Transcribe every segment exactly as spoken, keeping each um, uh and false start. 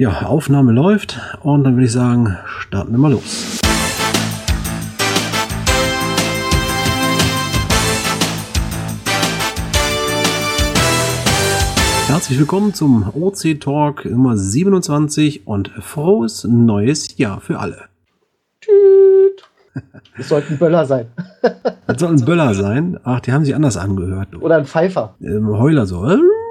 Ja, Aufnahme läuft und dann würde ich sagen, starten wir mal los. Herzlich willkommen zum O C Talk Nummer siebenundzwanzig und frohes neues Jahr für alle. Tschüss. Das sollte ein Böller sein. Das soll ein Böller sein? Ach, die haben sich anders angehört. Oder ein Pfeifer. Ähm, Heuler so.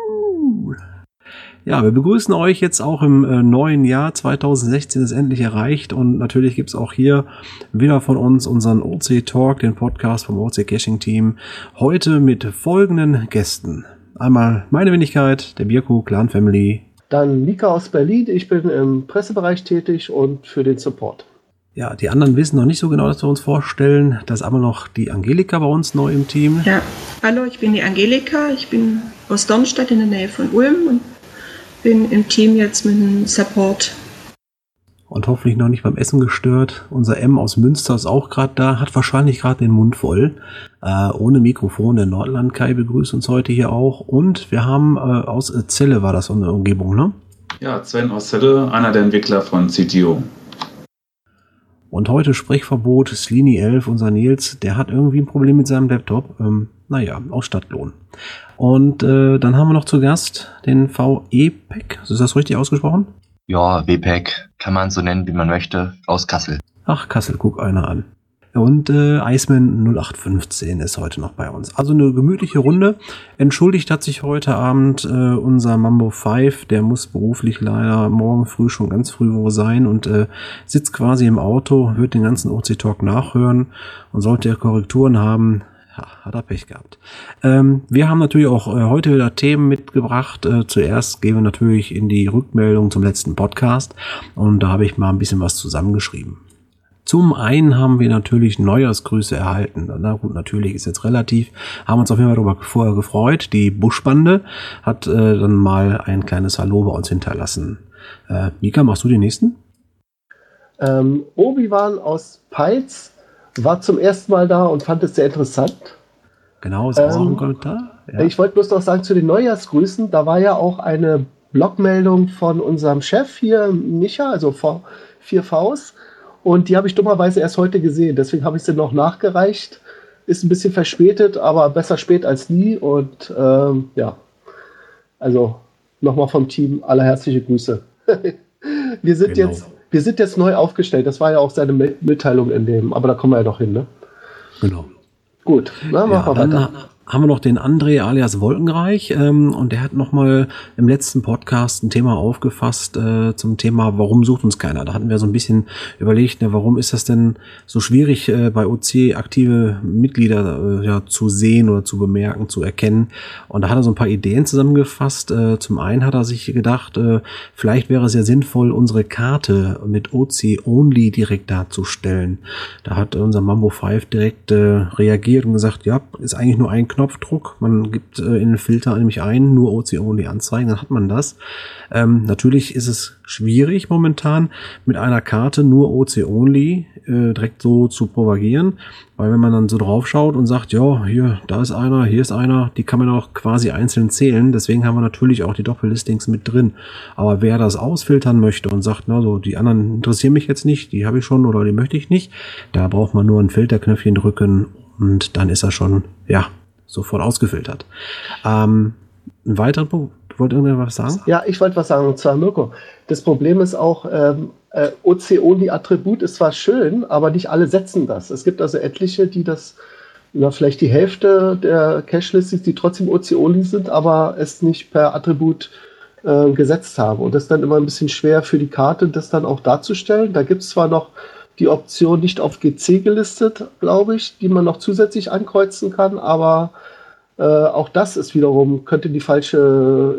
Ja, wir begrüßen euch jetzt auch im äh, neuen Jahr. zweitausendsechzehn ist endlich erreicht und natürlich gibt's auch hier wieder von uns unseren O C Talk, den Podcast vom O C Caching Team. Heute mit folgenden Gästen. Einmal meine Wenigkeit, der Birko, Clan Family. Dann Mika aus Berlin, ich bin im Pressebereich tätig und für den Support. Ja, die anderen wissen noch nicht so genau, dass wir uns vorstellen. Da ist aber noch die Angelika bei uns neu im Team. Ja, hallo, ich bin die Angelika, ich bin aus Darmstadt in der Nähe von Ulm und bin im Team jetzt mit dem Support. Und hoffentlich noch nicht beim Essen gestört. Unser M aus Münster ist auch gerade da, hat wahrscheinlich gerade den Mund voll. Äh, ohne Mikrofon, der Nordland Kai begrüßt uns heute hier auch. Und wir haben äh, aus Celle, war das so eine Umgebung, ne? Ja, Sven aus Celle, einer der Entwickler von C T O. Und heute Sprechverbot, Slini elf, unser Nils, der hat irgendwie ein Problem mit seinem Laptop. Ähm, naja, aus Stadtlohn. Und äh, dann haben wir noch zu Gast den V E P E C. Ist das richtig ausgesprochen? Ja, W P E C kann man so nennen, wie man möchte, aus Kassel. Ach, Kassel, guck einer an. Und äh, Iceman null acht fünfzehn ist heute noch bei uns. Also eine gemütliche Runde. Entschuldigt hat sich heute Abend äh, unser Mambo fünf. Der muss beruflich leider morgen früh schon ganz früh wo sein und äh, sitzt quasi im Auto, wird den ganzen O C Talk nachhören und sollte er Korrekturen haben, ja, hat er Pech gehabt. Ähm, wir haben natürlich auch äh, heute wieder Themen mitgebracht. Äh, zuerst gehen wir natürlich in die Rückmeldung zum letzten Podcast und da habe ich mal ein bisschen was zusammengeschrieben. Zum einen haben wir natürlich Neujahrsgrüße erhalten. Na gut, natürlich ist jetzt relativ. Haben uns auf jeden Fall darüber vorher gefreut. Die Buschbande hat äh, dann mal ein kleines Hallo bei uns hinterlassen. Äh, Mika, machst du den nächsten? Ähm, Obi-Wan aus Peitz war zum ersten Mal da und fand es sehr interessant. Genau, ist ähm, auch ein Kommentar. Ja. Ich wollte bloß noch sagen zu den Neujahrsgrüßen, da war ja auch eine Blogmeldung von unserem Chef hier, Micha, also vier Vs. Und die habe ich dummerweise erst heute gesehen. Deswegen habe ich sie noch nachgereicht. Ist ein bisschen verspätet, aber besser spät als nie. Und ähm, ja, also nochmal vom Team allerherzliche Grüße. wir, sind genau. jetzt, wir sind jetzt neu aufgestellt. Das war ja auch seine Mitteilung in dem. Aber da kommen wir ja noch hin, ne? Genau. Gut, na, machen ja, wir weiter. Dann haben wir noch den André alias Wolkenreich ähm, und der hat nochmal im letzten Podcast ein Thema aufgefasst äh, zum Thema, warum sucht uns keiner? Da hatten wir so ein bisschen überlegt, ne, warum ist das denn so schwierig äh, bei O C aktive Mitglieder äh, ja, zu sehen oder zu bemerken, zu erkennen, und da hat er so ein paar Ideen zusammengefasst. Äh, zum einen hat er sich gedacht, äh, vielleicht wäre es ja sinnvoll, unsere Karte mit O C Only direkt darzustellen. Da hat unser Mambo fünf direkt äh, reagiert und gesagt, ja, ist eigentlich nur ein Knopfdruck. Man gibt äh, in den Filter nämlich ein, nur O C Only anzeigen, dann hat man das. Ähm, natürlich ist es schwierig momentan mit einer Karte nur O C Only äh, direkt so zu propagieren, weil wenn man dann so drauf schaut und sagt, ja, hier, da ist einer, hier ist einer, die kann man auch quasi einzeln zählen, deswegen haben wir natürlich auch die Doppellistings mit drin. Aber wer das ausfiltern möchte und sagt, na so, die anderen interessieren mich jetzt nicht, die habe ich schon oder die möchte ich nicht, da braucht man nur ein Filterknöpfchen drücken und dann ist er schon, ja, sofort ausgefiltert. Ähm, ein weiterer Punkt, wollt ihr irgendwas sagen? Ja, ich wollte was sagen, und zwar Mirko. Das Problem ist auch, ähm, äh, O C-Only-Attribut ist zwar schön, aber nicht alle setzen das. Es gibt also etliche, die das, na, vielleicht die Hälfte der Cache-Listings, die trotzdem O C-Only sind, aber es nicht per Attribut äh, gesetzt haben. Und das ist dann immer ein bisschen schwer für die Karte, das dann auch darzustellen. Da gibt es zwar noch die Option nicht auf G C gelistet, glaube ich, die man noch zusätzlich ankreuzen kann, aber äh, auch das ist wiederum, könnte die falsche,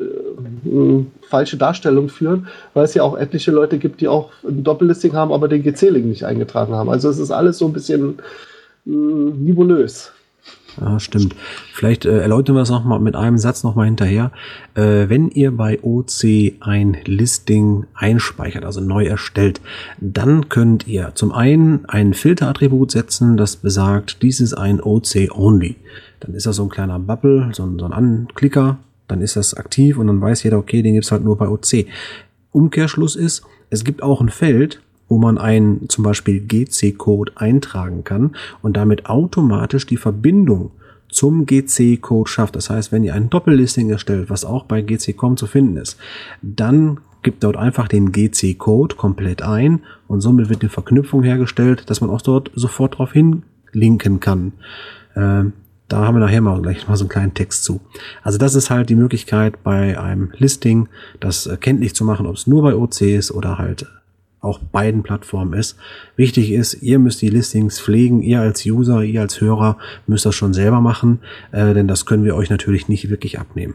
äh, falsche Darstellung führen, weil es ja auch etliche Leute gibt, die auch ein Doppellisting haben, aber den G C-Link nicht eingetragen haben. Also es ist alles so ein bisschen äh, nebulös. Ja, stimmt. Vielleicht äh, erläutern wir es noch mal mit einem Satz noch mal hinterher. Äh, wenn ihr bei O C ein Listing einspeichert, also neu erstellt, dann könnt ihr zum einen ein Filterattribut setzen, das besagt, dies ist ein O C-Only. Dann ist das so ein kleiner Bubble, so ein, so ein Anklicker, dann ist das aktiv und dann weiß jeder, okay, den gibt's halt nur bei O C. Umkehrschluss ist, es gibt auch ein Feld, wo man einen zum Beispiel G C-Code eintragen kann und damit automatisch die Verbindung zum G C-Code schafft. Das heißt, wenn ihr ein Doppellisting erstellt, was auch bei G C Punkt com zu finden ist, dann gibt dort einfach den G C-Code komplett ein und somit wird eine Verknüpfung hergestellt, dass man auch dort sofort drauf hinlinken kann. Ähm, da haben wir nachher mal gleich mal so einen kleinen Text zu. Also das ist halt die Möglichkeit bei einem Listing, das kenntlich zu machen, ob es nur bei O C ist oder halt auch beiden Plattformen ist. Wichtig ist, ihr müsst die Listings pflegen, ihr als User, ihr als Hörer müsst das schon selber machen, äh, denn das können wir euch natürlich nicht wirklich abnehmen.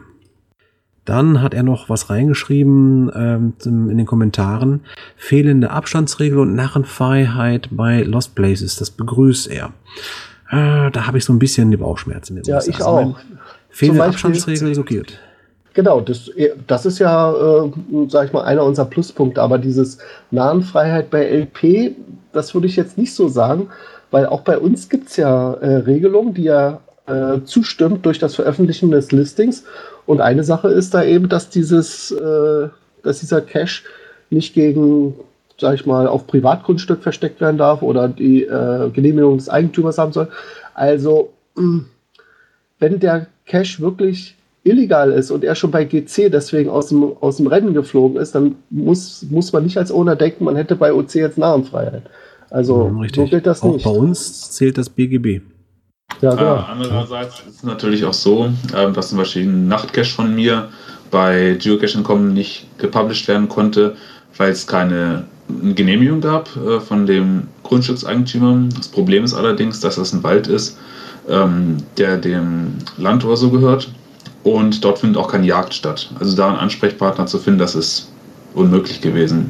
Dann hat er noch was reingeschrieben ähm, in den Kommentaren. Fehlende Abstandsregel und Narrenfreiheit bei Lost Places, das begrüßt er. Äh, da habe ich so ein bisschen die Bauchschmerzen. Ja, ich also, auch. Fehlende Abstandsregel ist okay. Genau, das, das ist ja, äh, sag ich mal, einer unserer Pluspunkte. Aber dieses Narrenfreiheit bei L P, das würde ich jetzt nicht so sagen, weil auch bei uns gibt es ja äh, Regelungen, die ja äh, zustimmt durch das Veröffentlichen des Listings. Und eine Sache ist da eben, dass dieses, äh, dass dieser Cache nicht gegen, sag ich mal, auf Privatgrundstück versteckt werden darf oder die äh, Genehmigung des Eigentümers haben soll. Also, mh, wenn der Cache wirklich illegal ist und er schon bei G C deswegen aus dem, aus dem Rennen geflogen ist, dann muss, muss man nicht als Owner denken, man hätte bei O C jetzt Narrenfreiheit. Also, ja, so gilt das auch nicht. Bei uns zählt das B G B. Ja, genau. Äh, andererseits ist es natürlich auch so, äh, dass zum Beispiel ein Nachtcache von mir bei Geocaching Punkt com nicht gepublished werden konnte, weil es keine Genehmigung gab äh, von dem Grundstückseigentümer. Das Problem ist allerdings, dass das ein Wald ist, ähm, der dem Land oder so gehört. Und dort findet auch keine Jagd statt. Also da einen Ansprechpartner zu finden, das ist unmöglich gewesen.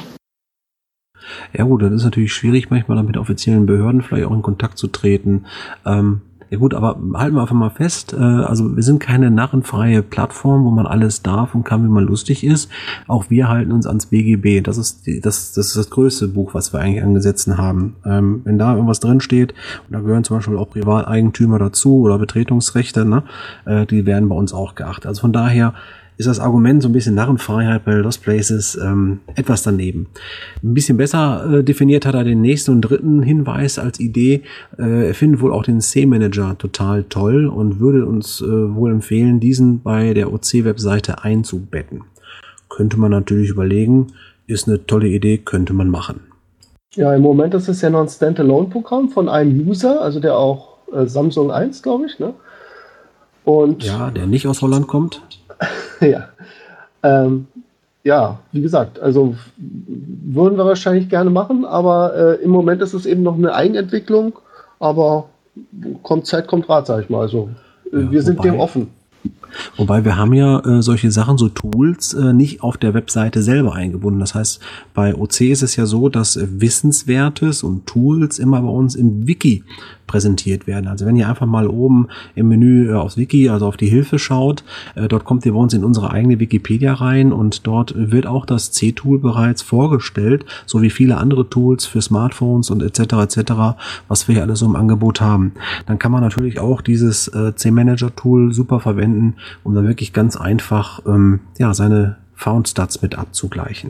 Ja gut, das ist natürlich schwierig, manchmal dann mit offiziellen Behörden vielleicht auch in Kontakt zu treten. Ähm, ja gut, aber halten wir einfach mal fest, äh, also wir sind keine narrenfreie Plattform, wo man alles darf und kann, wie man lustig ist. Auch wir halten uns ans B G B. Das ist die, das, das ist das größte Buch, was wir eigentlich angesetzt haben. Ähm, wenn da irgendwas drin steht, und da gehören zum Beispiel auch Privateigentümer dazu oder Betretungsrechte, ne, äh, die werden bei uns auch geachtet. Also von daher ist das Argument so ein bisschen Narrenfreiheit bei Lost Places ähm, etwas daneben. Ein bisschen besser äh, definiert hat er den nächsten und dritten Hinweis als Idee. Äh, er findet wohl auch den C-Manager total toll und würde uns äh, wohl empfehlen, diesen bei der O C-Webseite einzubetten. Könnte man natürlich überlegen, ist eine tolle Idee, könnte man machen. Ja, im Moment ist es ja noch ein Standalone-Programm von einem User, also der auch äh, Samsung eins, glaube ich, ne? Und ja, der nicht aus Holland kommt. ja. Ähm, ja, wie gesagt, also würden wir wahrscheinlich gerne machen, aber äh, im Moment ist es eben noch eine Eigenentwicklung, aber kommt Zeit, kommt Rat, sag ich mal. Also äh, Ja, wir sind wobei- dem offen. Wobei wir haben ja äh, solche Sachen, so Tools, äh, nicht auf der Webseite selber eingebunden. Das heißt, bei O C ist es ja so, dass äh, Wissenswertes und Tools immer bei uns im Wiki präsentiert werden. Also wenn ihr einfach mal oben im Menü äh, aufs Wiki, also auf die Hilfe schaut, äh, dort kommt ihr bei uns in unsere eigene Wikipedia rein und dort wird auch das C-Tool bereits vorgestellt, so wie viele andere Tools für Smartphones und et cetera et cetera, was wir hier alles so im Angebot haben. Dann kann man natürlich auch dieses äh, C-Manager-Tool super verwenden, um da wirklich ganz einfach ähm, ja, seine Found-Stats mit abzugleichen.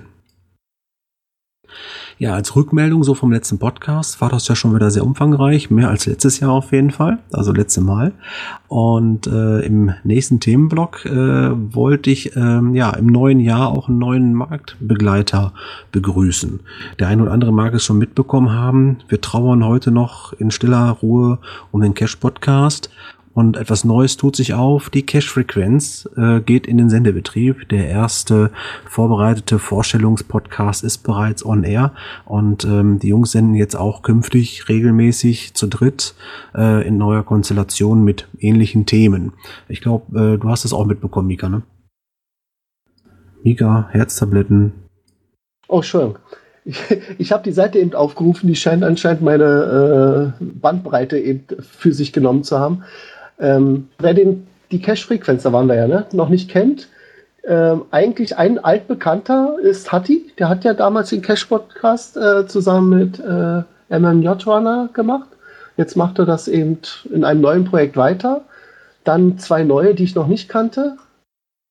Ja, als Rückmeldung so vom letzten Podcast war das ja schon wieder sehr umfangreich, mehr als letztes Jahr auf jeden Fall, also letzte Mal. Und äh, im nächsten Themenblock äh, wollte ich ähm, ja im neuen Jahr auch einen neuen Marktbegleiter begrüßen. Der ein oder andere mag es schon mitbekommen haben. Wir trauern heute noch in stiller Ruhe um den Cache-Podcast. Und etwas Neues tut sich auf. Die Cache-Frequenz äh, geht in den Sendebetrieb. Der erste vorbereitete Vorstellungspodcast ist bereits on air. Und ähm, die Jungs senden jetzt auch künftig regelmäßig zu dritt äh, in neuer Konstellation mit ähnlichen Themen. Ich glaube, äh, du hast es auch mitbekommen, Mika, ne? Mika, Herztabletten. Oh, schön. Ich, ich habe die Seite eben aufgerufen, die scheint anscheinend meine äh, Bandbreite eben für sich genommen zu haben. Ähm, wer den, die Cache-Frequenz, da waren wir ja, ne, noch nicht kennt, ähm, eigentlich ein altbekannter ist Hatti. Der hat ja damals den Cache-Podcast äh, zusammen mit äh, M M J Runner gemacht. Jetzt macht er das eben in einem neuen Projekt weiter. Dann zwei neue, die ich noch nicht kannte.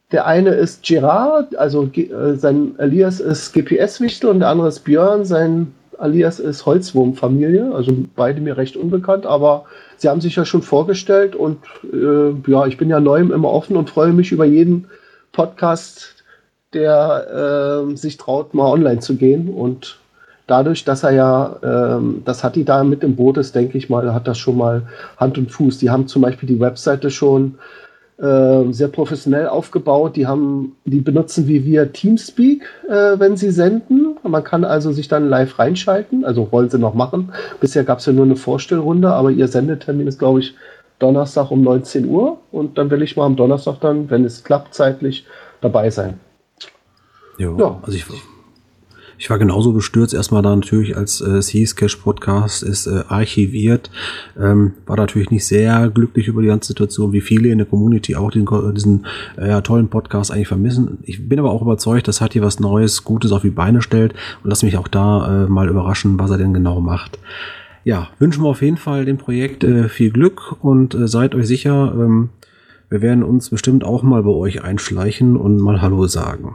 Der eine ist Gerard, also äh, sein Alias ist G P S-Wichtel und der andere ist Björn, sein Alias ist Holzwurmfamilie, also beide mir recht unbekannt, aber sie haben sich ja schon vorgestellt und äh, ja, ich bin ja neu immer offen und freue mich über jeden Podcast, der äh, sich traut, mal online zu gehen und dadurch, dass er ja, ähm, das hat die da mit im Boot ist, denke ich mal, hat das schon mal Hand und Fuß. Die haben zum Beispiel die Webseite schon äh, sehr professionell aufgebaut. Die haben, die benutzen wie wir Teamspeak, äh, wenn sie senden. Man kann also sich dann live reinschalten. Also wollen sie noch machen. Bisher gab es ja nur eine Vorstellrunde, aber ihr Sendetermin ist, glaube ich, Donnerstag um neunzehn Uhr. Und dann will ich mal am Donnerstag dann, wenn es klappt, zeitlich dabei sein. Jo, ja, also ich Ich war genauso bestürzt, erstmal da natürlich, als äh, es hieß, Cache Podcast ist äh, archiviert, ähm, war natürlich nicht sehr glücklich über die ganze Situation, wie viele in der Community auch den, diesen äh, tollen Podcast eigentlich vermissen. Ich bin aber auch überzeugt, dass Hatti was Neues, Gutes auf die Beine stellt und lass mich auch da äh, mal überraschen, was er denn genau macht. Ja, wünschen wir auf jeden Fall dem Projekt äh, viel Glück und äh, seid euch sicher, ähm, wir werden uns bestimmt auch mal bei euch einschleichen und mal Hallo sagen.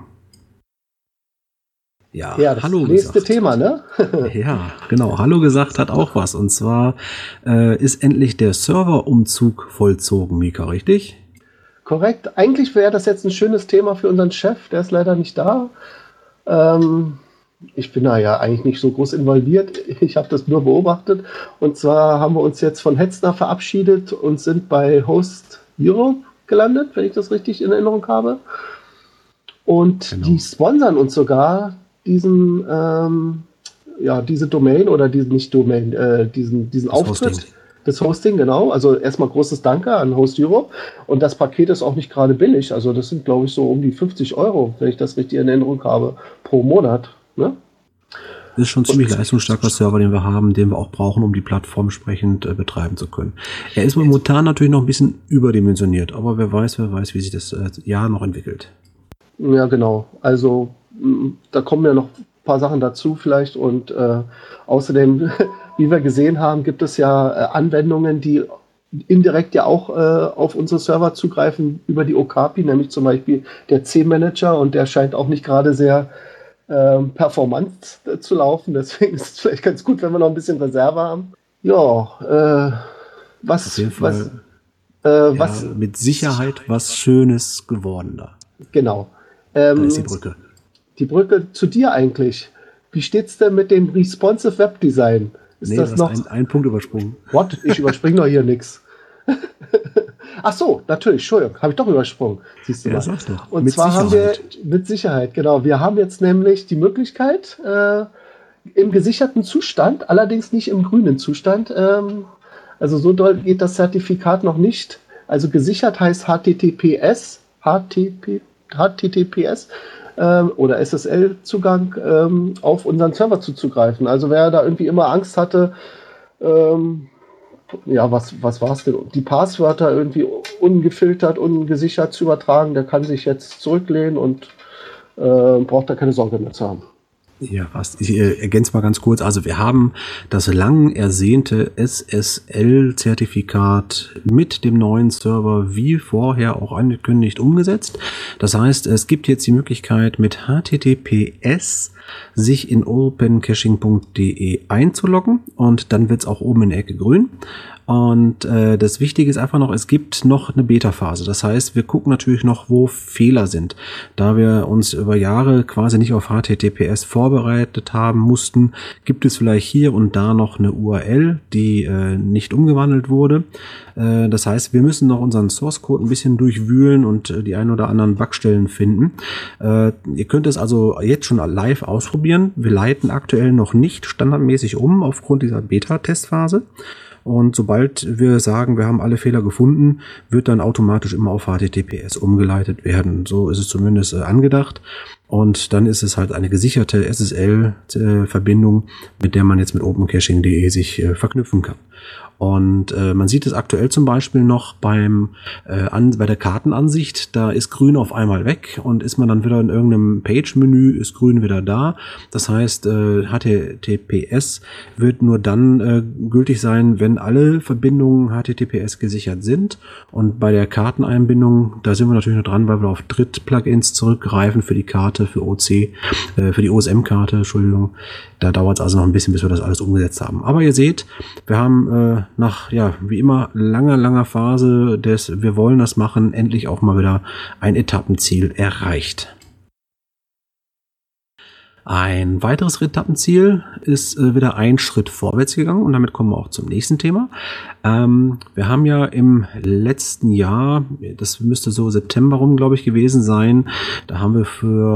Ja, ja, das Hallo nächste gesagt. Thema, ne? Ja, genau. Hallo gesagt hat auch was. Und zwar äh, ist endlich der Serverumzug vollzogen, Mika, richtig? Korrekt. Eigentlich wäre das jetzt ein schönes Thema für unseren Chef. Der ist leider nicht da. Ähm, ich bin da ja eigentlich nicht so groß involviert. Ich habe das nur beobachtet. Und zwar haben wir uns jetzt von Hetzner verabschiedet und sind bei Host Europe gelandet, wenn ich das richtig in Erinnerung habe. Und genau. Die sponsern uns sogar diesen, ähm, ja, diese Domain oder diesen, nicht Domain, äh, diesen, diesen das Auftritt, Hosting. Das Hosting, genau. Also erstmal großes Danke an Host Europe. Und das Paket ist auch nicht gerade billig. Also das sind, glaube ich, so um die fünfzig Euro, wenn ich das richtig in Erinnerung habe, pro Monat. Ne? Das ist schon ein ziemlich leistungsstarker Server, den wir haben, den wir auch brauchen, um die Plattform entsprechend äh, betreiben zu können. Er ist momentan natürlich noch ein bisschen überdimensioniert, aber wer weiß, wer weiß, wie sich das äh, Jahr noch entwickelt. Ja, genau. Also da kommen ja noch ein paar Sachen dazu vielleicht und äh, außerdem, wie wir gesehen haben, gibt es ja äh, Anwendungen, die indirekt ja auch äh, auf unsere Server zugreifen über die Okapi, nämlich zum Beispiel der C-Manager und der scheint auch nicht gerade sehr äh, performant äh, zu laufen, deswegen ist es vielleicht ganz gut, wenn wir noch ein bisschen Reserve haben. Ja, äh, was, auf jeden Fall, was, äh, ja, was mit Sicherheit was Schönes geworden da. Genau. Ähm, da ist die Brücke. Die Brücke zu dir eigentlich. Wie steht's denn mit dem Responsive Web Design? Ist nee, das du noch hast einen Punkt übersprungen. What? Ich überspringe doch hier nichts. Ach so, natürlich, Entschuldigung, habe ich doch übersprungen. Siehst du ja, mal. sagst du. Und mit zwar Sicherheit. haben wir mit Sicherheit, genau, wir haben jetzt nämlich die Möglichkeit, äh, im gesicherten Zustand, allerdings nicht im grünen Zustand, ähm, also so doll geht das Zertifikat noch nicht. Also gesichert heißt H T T P S, H T T P S ähm, oder S S L-Zugang ähm, auf unseren Server zuzugreifen. Also wer da irgendwie immer Angst hatte, ähm, ja, was, was war es denn? Die Passwörter irgendwie ungefiltert, ungesichert zu übertragen, der kann sich jetzt zurücklehnen und äh, braucht da keine Sorge mehr zu haben. Ja, fast. Ich äh, ergänze mal ganz kurz. Also wir haben das lang ersehnte S S L-Zertifikat mit dem neuen Server wie vorher auch angekündigt umgesetzt. Das heißt, es gibt jetzt die Möglichkeit mit H T T P S sich in open caching punkt de einzuloggen und dann wird es auch oben in der Ecke grün. Und äh, das Wichtige ist einfach noch, es gibt noch eine Beta-Phase. Das heißt, wir gucken natürlich noch, wo Fehler sind. Da wir uns über Jahre quasi nicht auf H T T P S vorbereitet haben mussten, gibt es vielleicht hier und da noch eine U R L, die äh, nicht umgewandelt wurde. Äh, das heißt, wir müssen noch unseren Source-Code ein bisschen durchwühlen und äh, die ein oder anderen Bugstellen finden. Äh, ihr könnt es also jetzt schon live ausprobieren. Wir leiten aktuell noch nicht standardmäßig um aufgrund dieser Beta-Testphase. Und sobald wir sagen, wir haben alle Fehler gefunden, wird dann automatisch immer auf H T T P S umgeleitet werden. So ist es zumindest äh, angedacht. Und dann ist es halt eine gesicherte S S L-Verbindung, mit der man jetzt mit opencaching punkt de sich äh, verknüpfen kann. Und äh, man sieht es aktuell zum Beispiel noch beim äh, an, bei der Kartenansicht, da ist grün auf einmal weg und ist man dann wieder in irgendeinem Page-Menü, ist grün wieder da. Das heißt, äh, H T T P S wird nur dann äh, gültig sein, wenn alle Verbindungen H T T P S gesichert sind. Und bei der Karteneinbindung, da sind wir natürlich noch dran, weil wir auf Dritt-Plugins zurückgreifen für die Karte, für O C, äh, für die O S M-Karte, Entschuldigung. Da dauert es also noch ein bisschen, bis wir das alles umgesetzt haben. Aber ihr seht, wir haben äh, nach, ja, wie immer, langer, langer Phase des wir wollen das machen, endlich auch mal wieder ein Etappenziel erreicht. Ein weiteres Etappenziel ist äh, wieder ein Schritt vorwärts gegangen und damit kommen wir auch zum nächsten Thema. Ähm, wir haben ja im letzten Jahr, das müsste so September rum, glaube ich, gewesen sein, da haben wir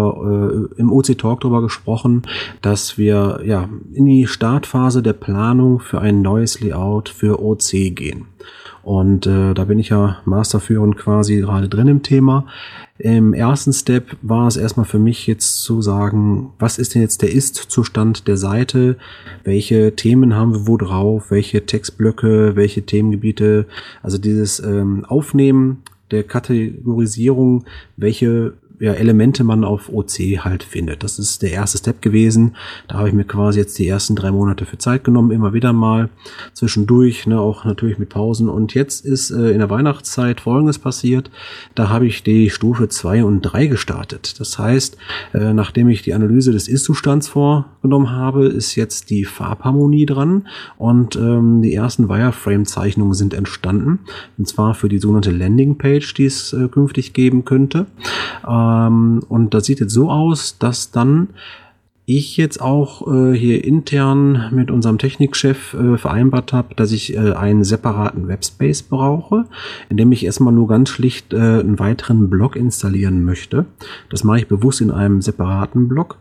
für äh, im O C Talk darüber gesprochen, dass wir ja in die Startphase der Planung für ein neues Layout für O C gehen. Und äh, da bin ich ja masterführend quasi gerade drin im Thema. Im ersten Step war es erstmal für mich jetzt zu sagen, was ist denn jetzt der Ist-Zustand der Seite? Welche Themen haben wir wo drauf? Welche Textblöcke? Welche Themengebiete? Also dieses ähm, Aufnehmen der Kategorisierung, welche ja, Elemente man auf O C halt findet. Das ist der erste Step gewesen. Da habe ich mir quasi jetzt die ersten drei Monate für Zeit genommen, immer wieder mal zwischendurch, ne, auch natürlich mit Pausen. Und jetzt ist äh, in der Weihnachtszeit Folgendes passiert. Da habe ich die Stufe zwei und drei gestartet. Das heißt, äh, nachdem ich die Analyse des Ist-Zustands vorgenommen habe, ist jetzt die Farbharmonie dran und ähm, die ersten Wireframe-Zeichnungen sind entstanden. Und zwar für die sogenannte Landingpage, die es äh, künftig geben könnte. Äh, Und das sieht jetzt so aus, dass dann ich jetzt auch äh, hier intern mit unserem Technikchef äh, vereinbart habe, dass ich äh, einen separaten Webspace brauche, in dem ich erstmal nur ganz schlicht äh, einen weiteren Blog installieren möchte. Das mache ich bewusst in einem separaten Blog.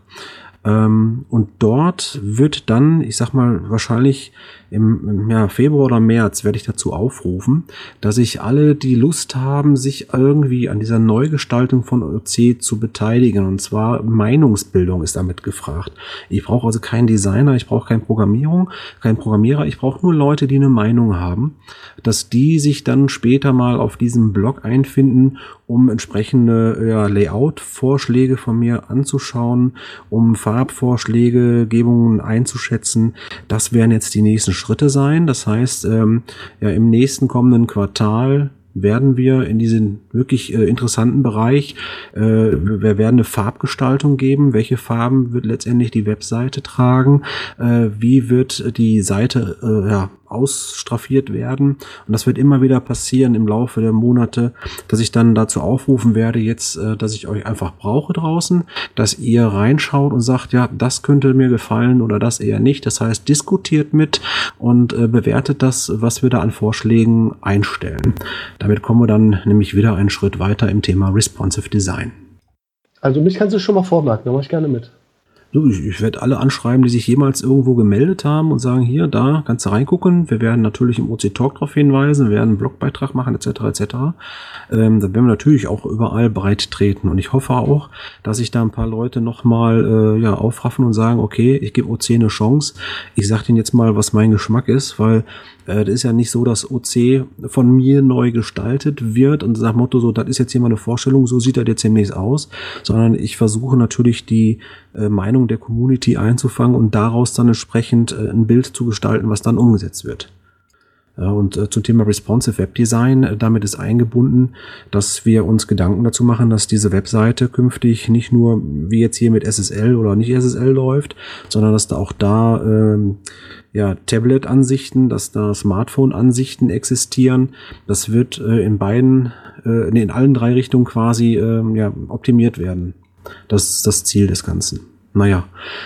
Ähm, und dort wird dann, ich sag mal, wahrscheinlich im, im ja, Februar oder März werde ich dazu aufrufen, dass sich alle, die Lust haben, sich irgendwie an dieser Neugestaltung von O C zu beteiligen. Und zwar Meinungsbildung ist damit gefragt. Ich brauche also keinen Designer, ich brauche keine Programmierung, keinen Programmierer, ich brauche nur Leute, die eine Meinung haben, dass die sich dann später mal auf diesem Blog einfinden, um entsprechende ja, Layout-Vorschläge von mir anzuschauen, um Farbvorschläge, Gebungen einzuschätzen. Das werden jetzt die nächsten Schritte sein. Das heißt, ähm, ja, im nächsten kommenden Quartal werden wir in diesen wirklich äh, interessanten Bereich, äh, wir werden eine Farbgestaltung geben, welche Farben wird letztendlich die Webseite tragen, äh, wie wird die Seite äh, ja, ausstraffiert werden. Und das wird immer wieder passieren im Laufe der Monate, dass ich dann dazu aufrufen werde, jetzt, äh, dass ich euch einfach brauche draußen, dass ihr reinschaut und sagt, ja, das könnte mir gefallen oder das eher nicht. Das heißt, diskutiert mit und äh, bewertet das, was wir da an Vorschlägen einstellen. Damit kommen wir dann nämlich wieder einen Schritt weiter im Thema Responsive Design. Also mich kannst du schon mal vormerken, da mache ich gerne mit. Ich, ich werde alle anschreiben, die sich jemals irgendwo gemeldet haben und sagen, hier, da kannst du reingucken. Wir werden natürlich im O C Talk darauf hinweisen, wir werden einen Blogbeitrag machen, et cetera et cetera. Ähm, da werden wir natürlich auch überall breit treten. Und ich hoffe auch, dass sich da ein paar Leute nochmal äh, ja, aufraffen und sagen, okay, ich gebe O C eine Chance. Ich sage denen jetzt mal, was mein Geschmack ist, weil äh, das ist ja nicht so, dass O C von mir neu gestaltet wird und nach Motto so, das ist jetzt hier mal eine Vorstellung, so sieht das jetzt demnächst aus, sondern ich versuche natürlich die äh, Meinung der Community einzufangen und daraus dann entsprechend äh, ein Bild zu gestalten, was dann umgesetzt wird. Ja, und äh, zum Thema Responsive Web Design, äh, damit ist eingebunden, dass wir uns Gedanken dazu machen, dass diese Webseite künftig nicht nur wie jetzt hier mit S S L oder nicht S S L läuft, sondern dass da auch da ähm, ja, Tablet-Ansichten, dass da Smartphone-Ansichten existieren. Das wird äh, in beiden, äh, nee, in allen drei Richtungen quasi äh, ja, optimiert werden. Das ist das Ziel des Ganzen. Naja.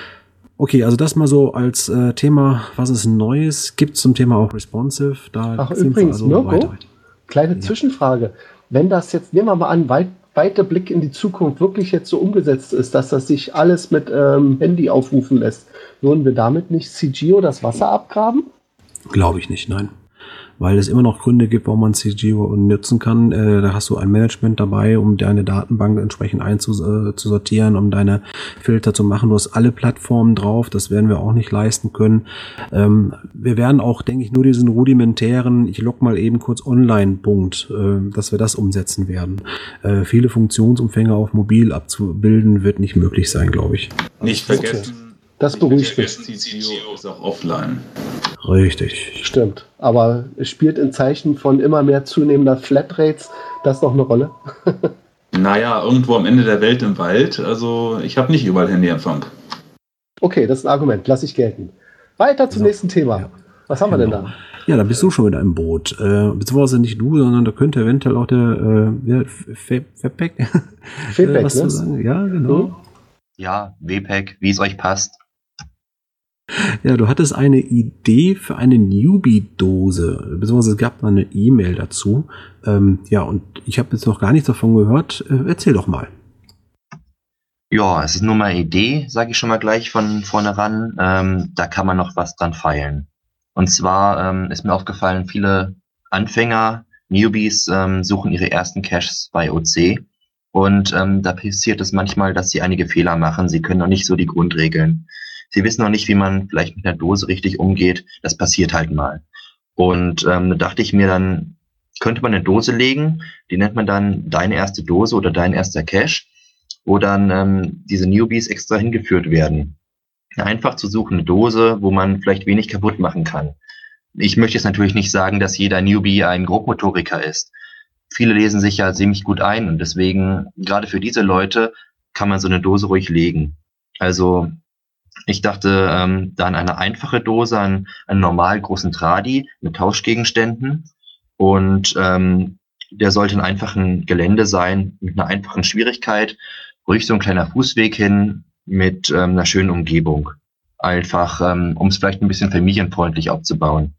Okay, also das mal so als äh, Thema, was es Neues gibt zum Thema auch Responsive. Da Ach, sind übrigens, wir also Mirko, weiter. kleine Ja. Zwischenfrage. Wenn das jetzt, nehmen wir mal an, weit, weiter Blick in die Zukunft wirklich jetzt so umgesetzt ist, dass das sich alles mit ähm, Handy aufrufen lässt, würden wir damit nicht C G O das Wasser abgraben? Glaube ich nicht, nein. weil es immer noch Gründe gibt, warum man C G O nutzen kann. Äh, da hast du ein Management dabei, um deine Datenbank entsprechend einzusortieren, um deine Filter zu machen. Du hast alle Plattformen drauf, das werden wir auch nicht leisten können. Ähm, wir werden auch, denke ich, nur diesen rudimentären, ich log mal eben kurz Online-Punkt, äh, dass wir das umsetzen werden. Äh, viele Funktionsumfänge auf mobil abzubilden, wird nicht möglich sein, glaube ich. Nicht vergessen, das beruhigt mich. C G O ist auch offline. Richtig. Stimmt. Aber es spielt in Zeichen von immer mehr zunehmender Flatrates das noch eine Rolle? Naja, irgendwo am Ende der Welt im Wald. Also ich habe nicht überall Handyempfang. Okay, das ist ein Argument. Lass ich gelten. Weiter zum So. nächsten Thema. Ja. Was haben wir denn Genau. da? Ja, da bist du schon mit einem Boot. Äh, beziehungsweise nicht du, sondern da könnte eventuell auch der äh, Feedback Feedback, was ne? zu sagen. Ja, genau. Mhm. Ja, W PAC, wie es euch passt. Ja, du hattest eine Idee für eine Newbie-Dose, beziehungsweise es gab mal eine E-Mail dazu. Ähm, ja, und ich habe jetzt noch gar nichts davon gehört. Äh, erzähl doch mal. Ja, es ist nur mal eine Idee, sage ich schon mal gleich von vornheran. Ähm, da kann man noch was dran feilen. Und zwar ähm, ist mir aufgefallen, viele Anfänger, Newbies, ähm, suchen ihre ersten Caches bei O C. Und ähm, da passiert es manchmal, dass sie einige Fehler machen. Sie können noch nicht so die Grundregeln. Sie wissen noch nicht, wie man vielleicht mit einer Dose richtig umgeht. Das passiert halt mal. Und ähm, da dachte ich mir dann, könnte man eine Dose legen, die nennt man dann deine erste Dose oder dein erster Cache, wo dann ähm, diese Newbies extra hingeführt werden. Einfach zu suchen eine Dose, wo man vielleicht wenig kaputt machen kann. Ich möchte jetzt natürlich nicht sagen, dass jeder Newbie ein Grobmotoriker ist. Viele lesen sich ja ziemlich gut ein und deswegen, gerade für diese Leute, kann man so eine Dose ruhig legen. Also ich dachte ähm, dann eine einfache Dose, an einen normal großen Tradi mit Tauschgegenständen und ähm, der sollte ein einfaches Gelände sein, mit einer einfachen Schwierigkeit, ruhig so ein kleiner Fußweg hin mit ähm, einer schönen Umgebung. Einfach, ähm, um es vielleicht ein bisschen familienfreundlich aufzubauen.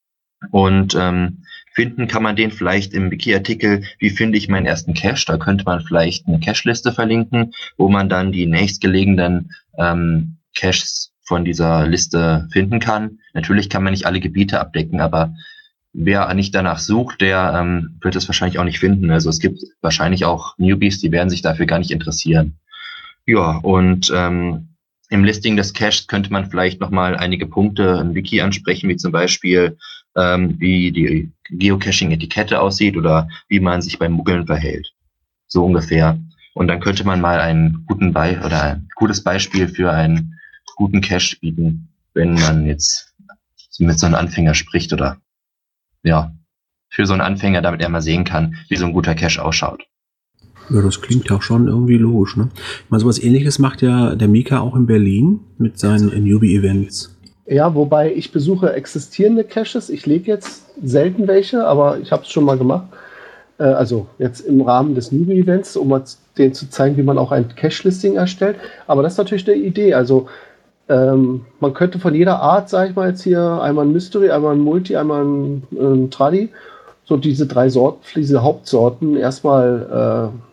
Und ähm, finden kann man den vielleicht im Wiki-Artikel, wie finde ich meinen ersten Cache? Da könnte man vielleicht eine Cache-Liste verlinken, wo man dann die nächstgelegenen ähm, Caches von dieser Liste finden kann. Natürlich kann man nicht alle Gebiete abdecken, aber wer nicht danach sucht, der ähm, wird es wahrscheinlich auch nicht finden. Also es gibt wahrscheinlich auch Newbies, die werden sich dafür gar nicht interessieren. Ja, und ähm, im Listing des Caches könnte man vielleicht nochmal einige Punkte im Wiki ansprechen, wie zum Beispiel, ähm, wie die Geocaching-Etikette aussieht oder wie man sich beim Muggeln verhält. So ungefähr. Und dann könnte man mal einen guten Be- oder ein gutes Beispiel für einen guten Cache bieten, wenn man jetzt mit so einem Anfänger spricht oder ja, für so einen Anfänger, damit er mal sehen kann, wie so ein guter Cache ausschaut. Ja, das klingt ja schon irgendwie logisch, ne? Ich meine, sowas Ähnliches macht ja der Mika auch in Berlin mit seinen Newbie-Events. Ja, wobei ich besuche existierende Caches. Ich lege jetzt selten welche, aber ich habe es schon mal gemacht. Äh, also jetzt im Rahmen des Newbie-Events, um mal denen zu zeigen, wie man auch ein Cache-Listing erstellt. Aber das ist natürlich eine Idee. Also ähm, man könnte von jeder Art, sage ich mal jetzt hier, einmal ein Mystery, einmal ein Multi, einmal ein, ein Tradi, so diese drei Sorten, diese Hauptsorten erstmal äh,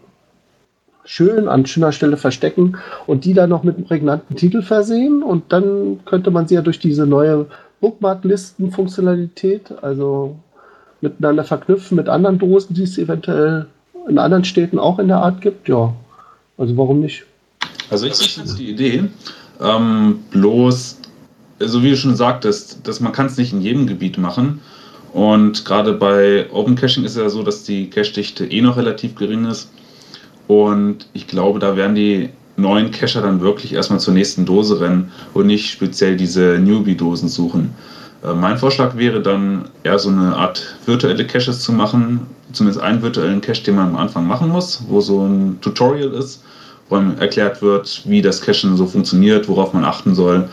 schön an schöner Stelle verstecken und die dann noch mit einem prägnanten Titel versehen und dann könnte man sie ja durch diese neue Bookmark-Listen-Funktionalität, also miteinander verknüpfen mit anderen Dosen, die es eventuell in anderen Städten auch in der Art gibt. Ja, also warum nicht? Also ich finde die Idee, ähm, bloß, so wie du schon sagtest, dass man kann es nicht in jedem Gebiet machen und gerade bei Open Caching ist es ja so, dass die Cache-Dichte eh noch relativ gering ist. Und ich glaube, da werden die neuen Cacher dann wirklich erstmal zur nächsten Dose rennen und nicht speziell diese Newbie-Dosen suchen. Äh, mein Vorschlag wäre dann eher so eine Art virtuelle Caches zu machen, zumindest einen virtuellen Cache, den man am Anfang machen muss, wo so ein Tutorial ist, wo einem erklärt wird, wie das Cachen so funktioniert, worauf man achten soll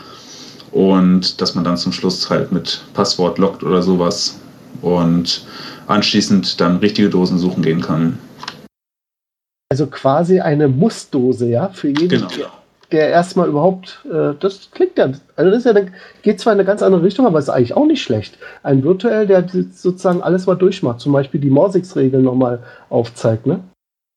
und dass man dann zum Schluss halt mit Passwort loggt oder sowas und anschließend dann richtige Dosen suchen gehen kann. Also quasi eine Mussdose, ja, für jeden, Genau. der, der erstmal überhaupt, äh, das klingt ja, also das ist ja eine, geht zwar in eine ganz andere Richtung, aber ist eigentlich auch nicht schlecht. Ein virtuell, der sozusagen alles mal durchmacht, zum Beispiel die Morsix-Regeln nochmal aufzeigt, ne?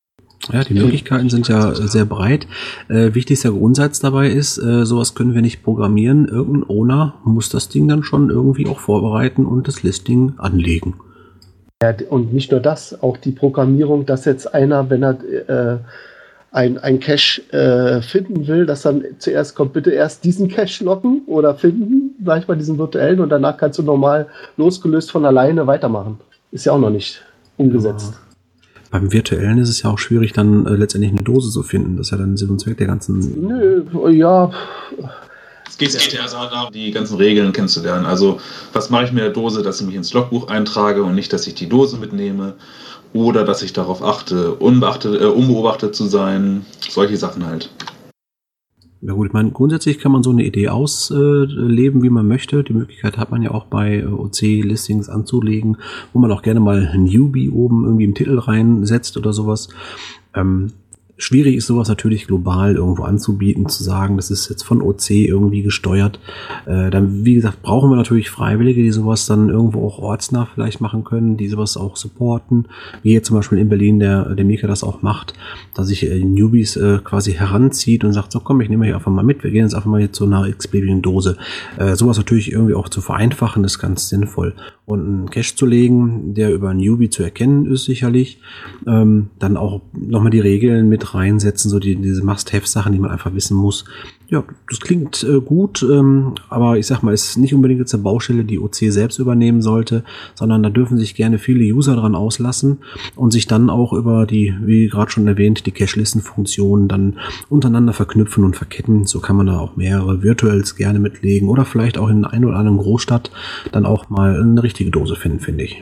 Ja, die Möglichkeiten sind ja sehr breit. Äh, wichtigster Grundsatz dabei ist, äh, sowas können wir nicht programmieren. Irgendein Owner muss das Ding dann schon irgendwie auch vorbereiten und das Listing anlegen. Ja, und nicht nur das, auch die Programmierung, dass jetzt einer, wenn er äh, ein, ein Cache äh, finden will, dass dann zuerst kommt, bitte erst diesen Cache locken oder finden, sag ich mal, diesen virtuellen, und danach kannst du normal losgelöst von alleine weitermachen. Ist ja auch noch nicht umgesetzt. Ja. Beim Virtuellen ist es ja auch schwierig, dann äh, letztendlich eine Dose zu finden. Das ist ja dann Sinn und Zweck der ganzen... Nö, ja... Es geht, es geht ja also darum, die ganzen Regeln kennenzulernen. Also, was mache ich mit der Dose, dass ich mich ins Logbuch eintrage und nicht, dass ich die Dose mitnehme oder dass ich darauf achte, unbeachtet, äh, unbeobachtet zu sein. Solche Sachen halt. Ja gut, ich meine, grundsätzlich kann man so eine Idee ausleben, wie man möchte. Die Möglichkeit hat man ja auch bei äh, O C-Listings anzulegen, wo man auch gerne mal Newbie oben irgendwie im Titel reinsetzt oder sowas. Ähm, Schwierig ist sowas natürlich global irgendwo anzubieten, zu sagen, das ist jetzt von O C irgendwie gesteuert. Äh, dann, wie gesagt, brauchen wir natürlich Freiwillige, die sowas dann irgendwo auch ortsnah vielleicht machen können, die sowas auch supporten, wie jetzt zum Beispiel in Berlin der, der Mika das auch macht, dass sich äh, Newbies äh, quasi heranzieht und sagt, so komm, ich nehme hier einfach mal mit, wir gehen jetzt einfach mal jetzt zu einer x-beliebigen Dose. Äh, sowas natürlich irgendwie auch zu vereinfachen, ist ganz sinnvoll. Und einen Cache zu legen, der über Newbie zu erkennen ist sicherlich, ähm, dann auch nochmal die Regeln mit reinsetzen, so die, diese Must-Have-Sachen, die man einfach wissen muss. Ja, das klingt äh, gut, ähm, aber ich sag mal, es ist nicht unbedingt jetzt eine Baustelle, die O C selbst übernehmen sollte, sondern da dürfen sich gerne viele User dran auslassen und sich dann auch über die, wie gerade schon erwähnt, die Cache-Listen-Funktionen dann untereinander verknüpfen und verketten. So kann man da auch mehrere Virtuals gerne mitlegen oder vielleicht auch in einer oder anderen Großstadt dann auch mal eine richtige Dose finden, finde ich.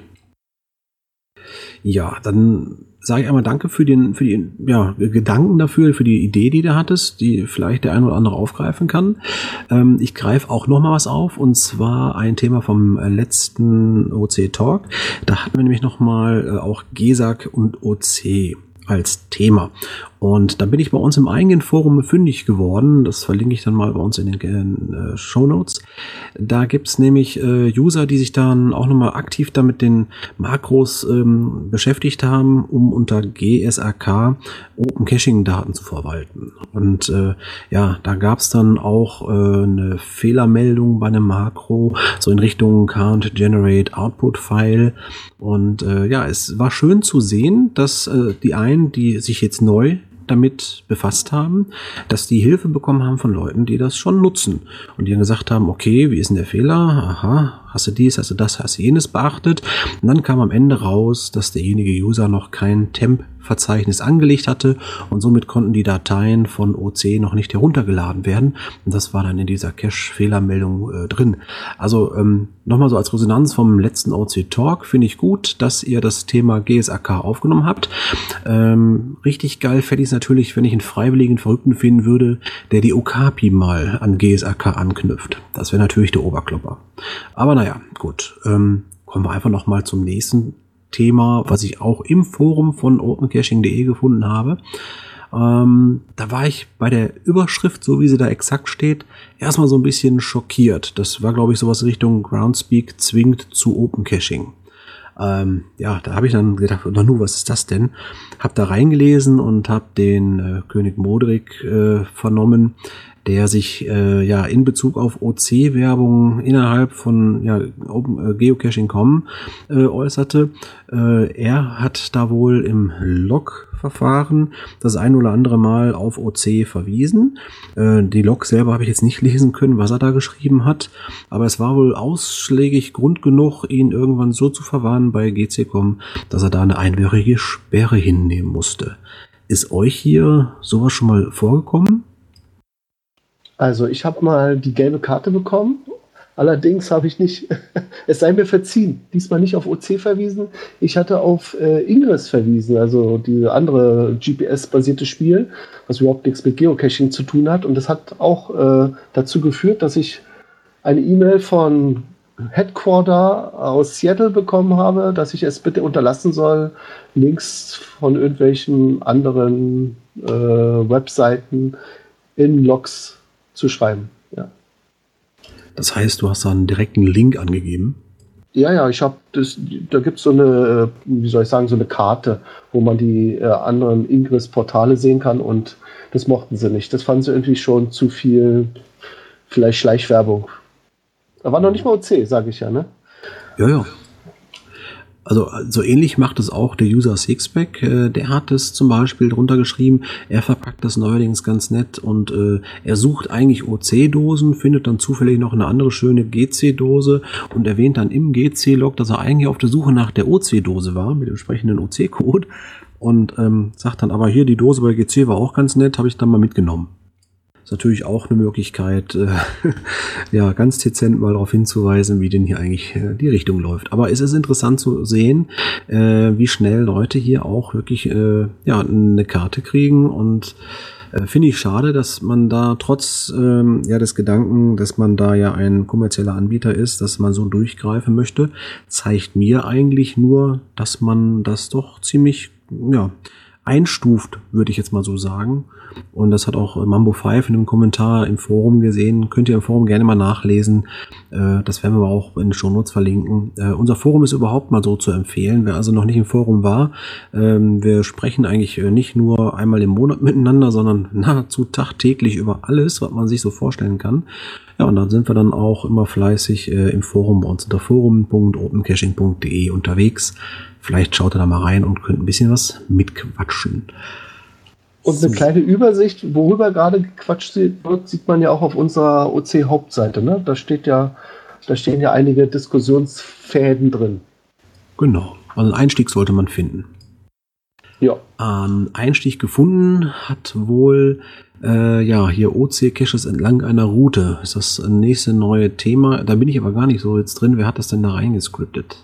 Ja, dann sage ich einmal danke für den, für die ja, Gedanken dafür, für die Idee, die du hattest, die vielleicht der ein oder andere aufgreifen kann. Ähm, ich greife auch noch mal was auf, und zwar ein Thema vom letzten O C-Talk. Da hatten wir nämlich noch mal äh, auch G S A C und O C als Thema. Und da bin ich bei uns im eigenen Forum fündig geworden. Das verlinke ich dann mal bei uns in den äh, Shownotes. Da gibt's nämlich äh, User, die sich dann auch nochmal aktiv da mit den Makros ähm, beschäftigt haben, um unter G S A K Open Caching Daten zu verwalten. Und äh, ja, da gab's dann auch äh, eine Fehlermeldung bei einem Makro, so in Richtung Can't Generate Output File. Und äh, ja, es war schön zu sehen, dass äh, die einen, die sich jetzt neu damit befasst haben, dass die Hilfe bekommen haben von Leuten, die das schon nutzen. Und die dann gesagt haben, okay, wie ist denn der Fehler? Aha, hast du dies, hast du das, hast du jenes beachtet? Und dann kam am Ende raus, dass derjenige User noch kein Temp-Verzeichnis angelegt hatte und somit konnten die Dateien von O C noch nicht heruntergeladen werden. Und das war dann in dieser Cache-Fehlermeldung äh, drin. Also ähm, nochmal so als Resonanz vom letzten O C-Talk finde ich gut, dass ihr das Thema G S A K aufgenommen habt. Ähm, richtig geil fände ich es natürlich, wenn ich einen freiwilligen Verrückten finden würde, der die Okapi mal an G S A K anknüpft. Das wäre natürlich der Oberklopper. Aber naja, gut. Ähm, kommen wir einfach noch mal zum nächsten Thema, was ich auch im Forum von opencaching punkt de gefunden habe. Ähm, da war ich bei der Überschrift, so wie sie da exakt steht, erstmal so ein bisschen schockiert. Das war, glaube ich, sowas Richtung Groundspeak zwingt zu Open Caching. Ähm, ja, da habe ich dann gedacht, na nu, was ist das denn? Hab da reingelesen und hab den äh, König Modric äh, vernommen, der sich äh, ja in Bezug auf O C-Werbung innerhalb von ja, Open, äh, Geocaching Punkt com äh, äußerte. Äh, er hat da wohl im Log-Verfahren das ein oder andere Mal auf O C verwiesen. Äh, die Log selber habe ich jetzt nicht lesen können, was er da geschrieben hat, aber es war wohl ausschlägig Grund genug, ihn irgendwann so zu verwarnen bei G C Punkt com, dass er da eine einwöchige Sperre hinnehmen musste. Ist euch hier sowas schon mal vorgekommen? Also ich habe mal die gelbe Karte bekommen, allerdings habe ich nicht, es sei mir verziehen, diesmal nicht auf O C verwiesen, ich hatte auf äh, Ingress verwiesen, also diese andere G P S-basierte Spiel, was überhaupt nichts mit Geocaching zu tun hat, und das hat auch äh, dazu geführt, dass ich eine E-Mail von Headquarter aus Seattle bekommen habe, dass ich es bitte unterlassen soll, Links von irgendwelchen anderen äh, Webseiten in Logs zu schreiben. Ja. Das heißt, du hast da einen direkten Link angegeben? Ja, ja, ich habe das, da gibt es so eine, wie soll ich sagen, so eine Karte, wo man die äh, anderen Ingress-Portale sehen kann und das mochten sie nicht. Das fanden sie irgendwie schon zu viel, vielleicht Schleichwerbung. Da war noch nicht mal O C, sage ich ja, ne? Ja, ja. Also so ähnlich macht es auch der User Sixpack. Äh, der hat es zum Beispiel drunter geschrieben. Er verpackt das neuerdings ganz nett und äh, er sucht eigentlich O C-Dosen, findet dann zufällig noch eine andere schöne G C-Dose und erwähnt dann im G C-Log, dass er eigentlich auf der Suche nach der O C-Dose war mit dem entsprechenden O C-Code und ähm, sagt dann aber hier, die Dose bei G C war auch ganz nett, habe ich dann mal mitgenommen. Ist natürlich auch eine Möglichkeit, äh, ja, ganz dezent mal darauf hinzuweisen, wie denn hier eigentlich äh, die Richtung läuft. Aber es ist interessant zu sehen, äh, wie schnell Leute hier auch wirklich äh, ja, eine Karte kriegen und äh, finde ich schade, dass man da trotz ähm, ja, des Gedanken, dass man da ja ein kommerzieller Anbieter ist, dass man so durchgreifen möchte, zeigt mir eigentlich nur, dass man das doch ziemlich, ja, einstuft, würde ich jetzt mal so sagen. Und das hat auch Mambo fünf in einem Kommentar im Forum gesehen. Könnt ihr im Forum gerne mal nachlesen. Äh, das werden wir auch in den Shownotes verlinken. Äh, unser Forum ist überhaupt mal so zu empfehlen. Wer also noch nicht im Forum war, ähm, wir sprechen eigentlich nicht nur einmal im Monat miteinander, sondern nahezu tagtäglich über alles, was man sich so vorstellen kann. Ja, und dann sind wir dann auch immer fleißig äh, im Forum bei uns unter forum punkt opencaching punkt de unterwegs. Vielleicht schaut ihr da mal rein und könnt ein bisschen was mitquatschen. Und eine kleine Übersicht, worüber gerade gequatscht wird, sieht man ja auch auf unserer O C-Hauptseite. Ne? Da steht ja, da stehen ja einige Diskussionsfäden drin. Genau, also einen Einstieg sollte man finden. Ja. Ähm, Einstieg gefunden hat wohl äh, ja hier O C-Caches entlang einer Route. Ist das nächste neue Thema? Da bin ich aber gar nicht so jetzt drin. Wer hat das denn da reingescriptet?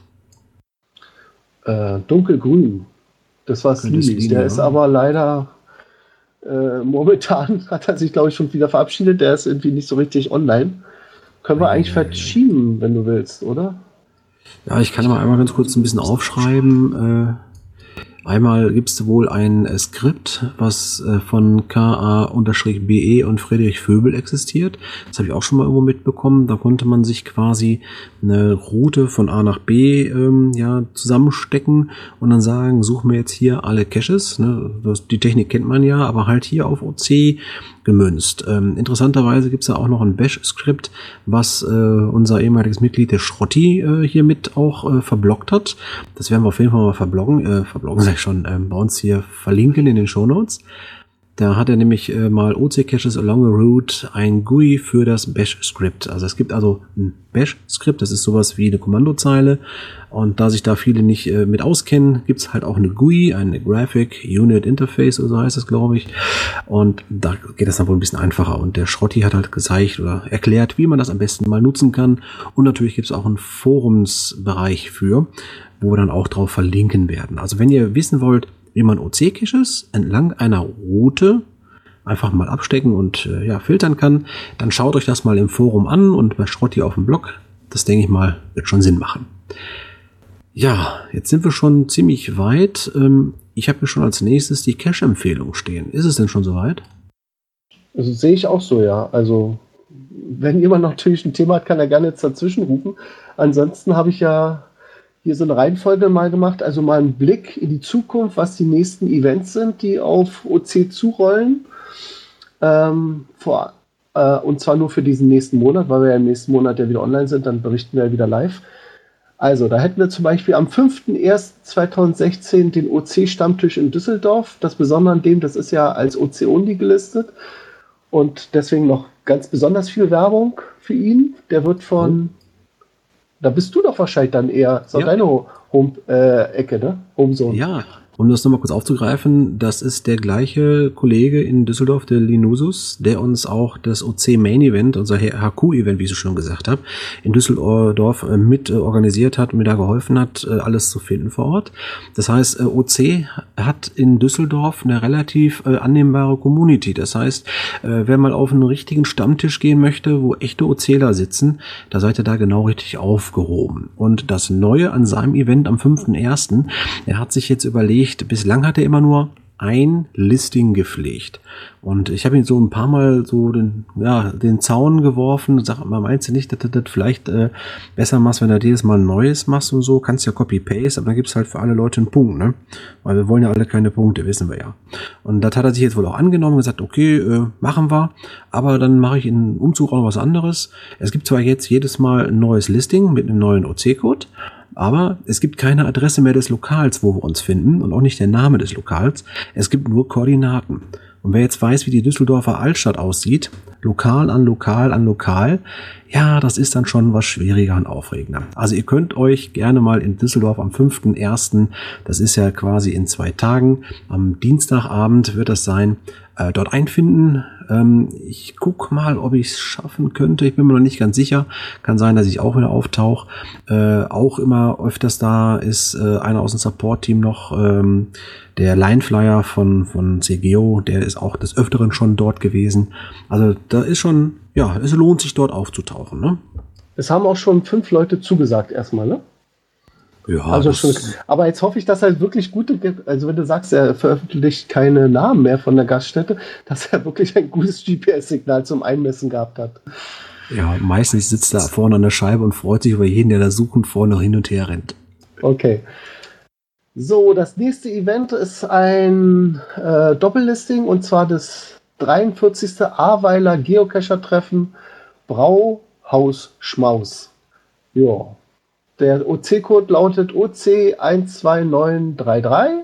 Äh, dunkelgrün. Das war Sleazy. Der ja. ist aber leider äh, momentan hat er sich, glaube ich, schon wieder verabschiedet. Der ist irgendwie nicht so richtig online. Können wir äh, eigentlich verschieben, wenn du willst, oder? Ja, ich kann mal einmal ganz kurz ein bisschen aufschreiben. Äh, einmal gibt es wohl ein äh, Skript, was äh, von K A B E und Friedrich Vöbel existiert. Das habe ich auch schon mal irgendwo mitbekommen. Da konnte man sich quasi eine Route von A nach B ähm, ja, zusammenstecken und dann sagen, such mir jetzt hier alle Caches. Ne? Das, die Technik kennt man ja, aber halt hier auf O C gemünzt. Ähm, interessanterweise gibt es da auch noch ein Bash-Skript, was äh, unser ehemaliges Mitglied, der Schrotti, äh, hier mit auch äh, verblockt hat. Das werden wir auf jeden Fall mal verbloggen, äh, verbloggen sag ich schon, äh, bei uns hier verlinken in den Shownotes. Da hat er nämlich äh, mal O C-Caches along a route, ein G U I für das Bash-Skript. Also es gibt also ein Bash-Skript, das ist sowas wie eine Kommandozeile. Und da sich da viele nicht äh, mit auskennen, gibt es halt auch eine G U I, eine Graphic Unit Interface, oder so heißt es, glaube ich. Und da geht das dann wohl ein bisschen einfacher. Und der Schrotti hat halt gezeigt oder erklärt, wie man das am besten mal nutzen kann. Und natürlich gibt es auch einen Forumsbereich für, wo wir dann auch drauf verlinken werden. Also wenn ihr wissen wollt, wie man O C-Caches entlang einer Route einfach mal abstecken und äh, ja, filtern kann, dann schaut euch das mal im Forum an und bei Schrotti auf dem Blog. Das, denke ich mal, wird schon Sinn machen. Ja, jetzt sind wir schon ziemlich weit. Ähm, ich habe hier schon als nächstes die Cache-Empfehlung stehen. Ist es denn schon soweit? Also sehe ich auch so, ja. Also wenn jemand natürlich ein Thema hat, kann er gerne jetzt dazwischen rufen. Ansonsten habe ich ja hier so eine Reihenfolge mal gemacht, also mal einen Blick in die Zukunft, was die nächsten Events sind, die auf O C zurollen. Ähm, vor, äh, und zwar nur für diesen nächsten Monat, weil wir ja im nächsten Monat ja wieder online sind, dann berichten wir ja wieder live. Also, da hätten wir zum Beispiel am fünften ersten zweitausendsechzehn den O C-Stammtisch in Düsseldorf. Das Besondere an dem, das ist ja als O C-Only gelistet und deswegen noch ganz besonders viel Werbung für ihn. Der wird von... Da bist du doch wahrscheinlich dann eher, so ja. deine Home-Ecke, äh, ne? Homezone. Ja, um das nochmal kurz aufzugreifen, das ist der gleiche Kollege in Düsseldorf, der Linusus, der uns auch das O C Main Event, unser H Q-Event, wie ich so schon gesagt habe, in Düsseldorf äh, mit äh, organisiert hat und mir da geholfen hat, äh, alles zu finden vor Ort. Das heißt, äh, O C hat in Düsseldorf eine relativ äh, annehmbare Community. Das heißt, äh, wer mal auf einen richtigen Stammtisch gehen möchte, wo echte OCler sitzen, da seid ihr da genau richtig aufgehoben. Und das Neue an seinem Event am fünften ersten, er hat sich jetzt überlegt, bislang hat er immer nur ein Listing gepflegt. Und ich habe ihn so ein paar Mal so den, ja, den Zaun geworfen und sag mal, meinst du nicht, dass du das vielleicht äh, besser machst, wenn du jedes Mal ein neues machst und so, kannst ja Copy-Paste, aber dann gibt's halt für alle Leute einen Punkt, ne? Weil wir wollen ja alle keine Punkte, wissen wir ja. Und das hat er sich jetzt wohl auch angenommen und gesagt, okay, äh, machen wir, aber dann mache ich in Umzug auch noch was anderes. Es gibt zwar jetzt jedes Mal ein neues Listing mit einem neuen O C-Code, aber es gibt keine Adresse mehr des Lokals, wo wir uns finden und auch nicht der Name des Lokals. Es gibt nur Koordinaten. Und wer jetzt weiß, wie die Düsseldorfer Altstadt aussieht, Lokal an Lokal an Lokal, ja, das ist dann schon was schwieriger und aufregender. Also ihr könnt euch gerne mal in Düsseldorf am fünften ersten, das ist ja quasi in zwei Tagen, am Dienstagabend wird das sein, äh, dort einfinden. Ähm, ich guck mal, ob ich es schaffen könnte. Ich bin mir noch nicht ganz sicher. Kann sein, dass ich auch wieder auftauche. Äh, auch immer öfters da ist äh, einer aus dem Support-Team noch, ähm, der Lineflyer von, von C G O, der ist auch des Öfteren schon dort gewesen. Also da ist schon, ja, es lohnt sich dort aufzutauchen, ne? Es haben auch schon fünf Leute zugesagt erstmal, ne? Ja, also schon, aber jetzt hoffe ich, dass er wirklich gute, also wenn du sagst, er veröffentlicht keine Namen mehr von der Gaststätte, dass er wirklich ein gutes G P S-Signal zum Einmessen gehabt hat. Ja, meistens sitzt er vorne an der Scheibe und freut sich über jeden, der da suchend vorne hin und her rennt. Okay. So, das nächste Event ist ein äh, Doppellisting und zwar das dreiundvierzigste Ahrweiler Geocacher-Treffen Brauhaus Schmaus. Ja. Der O C-Code lautet O C eins zwei neun drei drei.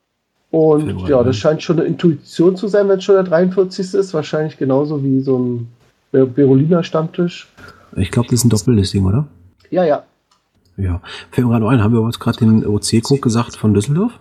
Und ja, das scheint schon eine Intuition zu sein, wenn es schon der dreiundvierzigste ist. Wahrscheinlich genauso wie so ein Beroliner Stammtisch. Ich glaube, das ist ein Doppellisting, oder? Ja, ja. Ja. Fällt mir gerade ein, haben wir uns gerade den O C-Code gesagt von Düsseldorf?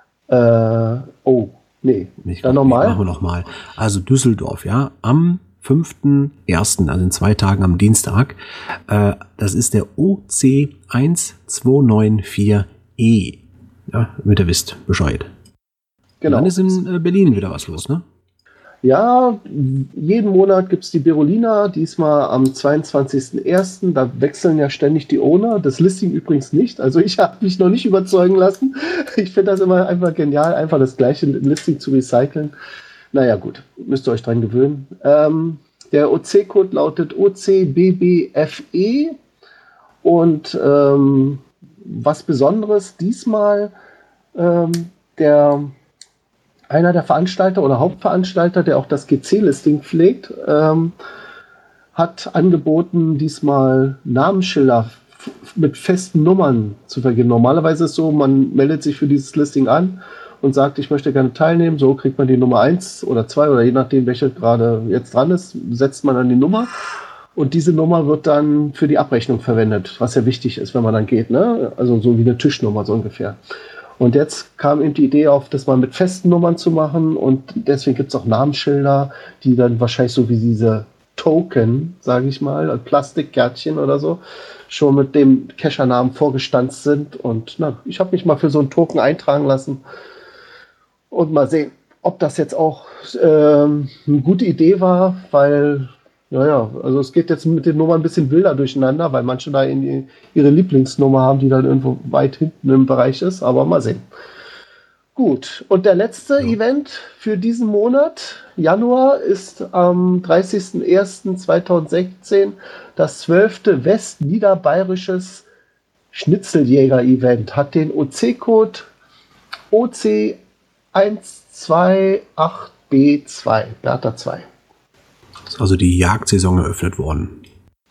Äh, oh, nee. Nicht dann nochmal? Machen wir nochmal. Also Düsseldorf, ja, am fünften ersten, also in zwei Tagen am Dienstag. Äh, das ist der O C eins zwei neun vier E. Ja, damit ihr wisst Bescheid. Genau. Und dann ist in äh, Berlin wieder was los, ne? Ja, jeden Monat gibt es die Berolina, diesmal am zweiundzwanzigsten ersten. Da wechseln ja ständig die Owner. Das Listing übrigens nicht. Also ich habe mich noch nicht überzeugen lassen. Ich finde das immer einfach genial, einfach das gleiche Listing zu recyceln. Naja gut, müsst ihr euch dran gewöhnen. Ähm, der O C-Code lautet O C B B F E und ähm, was Besonderes diesmal, ähm, der einer der Veranstalter oder Hauptveranstalter, der auch das G C-Listing pflegt, ähm, hat angeboten, diesmal Namensschilder f- mit festen Nummern zu vergeben. Normalerweise ist es so, man meldet sich für dieses Listing an und sagt, ich möchte gerne teilnehmen. So kriegt man die Nummer eins oder zwei oder je nachdem, welche gerade jetzt dran ist, setzt man dann die Nummer. Und diese Nummer wird dann für die Abrechnung verwendet, was ja wichtig ist, wenn man dann geht, ne? Also so wie eine Tischnummer so ungefähr. Und jetzt kam eben die Idee auf, das mal mit festen Nummern zu machen und deswegen gibt es auch Namensschilder, die dann wahrscheinlich so wie diese Token, sage ich mal, Plastikkärtchen oder so, schon mit dem Cacher-Namen vorgestanzt sind. Und na, ich habe mich mal für so einen Token eintragen lassen und mal sehen, ob das jetzt auch ähm, eine gute Idee war, weil naja, also es geht jetzt mit den Nummern ein bisschen wilder durcheinander, weil manche da in die, ihre Lieblingsnummer haben, die dann irgendwo weit hinten im Bereich ist, aber mal sehen. Gut, und der letzte ja. Event für diesen Monat, Januar, ist am dreißigsten ersten zweitausendsechzehn das zwölfte Westniederbayerisches Schnitzeljäger-Event. Hat den O C-Code O C eins zwei acht B zwei, Bertha zwei. Ist also die Jagdsaison eröffnet worden.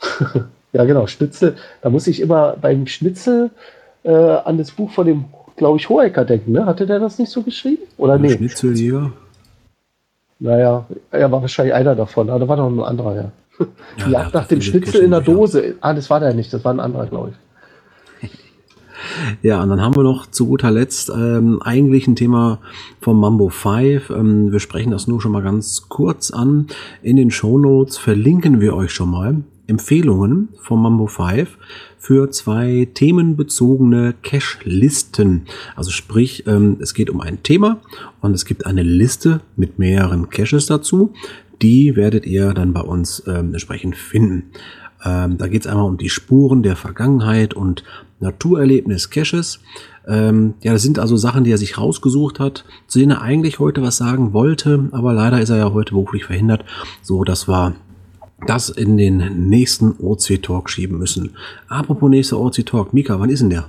Ja, genau, Schnitzel. Da muss ich immer beim Schnitzel äh, an das Buch von dem, glaube ich, Hohecker denken, ne? Hatte der das nicht so geschrieben? Oder der nee? Schnitzeljäger? Naja, er war wahrscheinlich einer davon, aber da war noch ein anderer, ja. Ja, Die Jagd nach dem Schnitzel in der Dose. Ah, das war der nicht, das war ein anderer, glaube ich. Ja, und dann haben wir noch zu guter Letzt ähm, eigentlich ein Thema vom Mambo fünf. Ähm, wir sprechen das nur schon mal ganz kurz an. In den Shownotes verlinken wir euch schon mal Empfehlungen vom Mambo fünf für zwei themenbezogene Cache-Listen. Also sprich, ähm, es geht um ein Thema und es gibt eine Liste mit mehreren Caches dazu. Die werdet ihr dann bei uns ähm, entsprechend finden. Ähm, da geht es einmal um die Spuren der Vergangenheit und Naturerlebnis Caches. Ähm, ja, das sind also Sachen, die er sich rausgesucht hat, zu denen er eigentlich heute was sagen wollte, aber leider ist er ja heute beruflich verhindert, so dass wir das in den nächsten O C-Talk schieben müssen. Apropos nächster O C-Talk, Mika, wann ist denn der?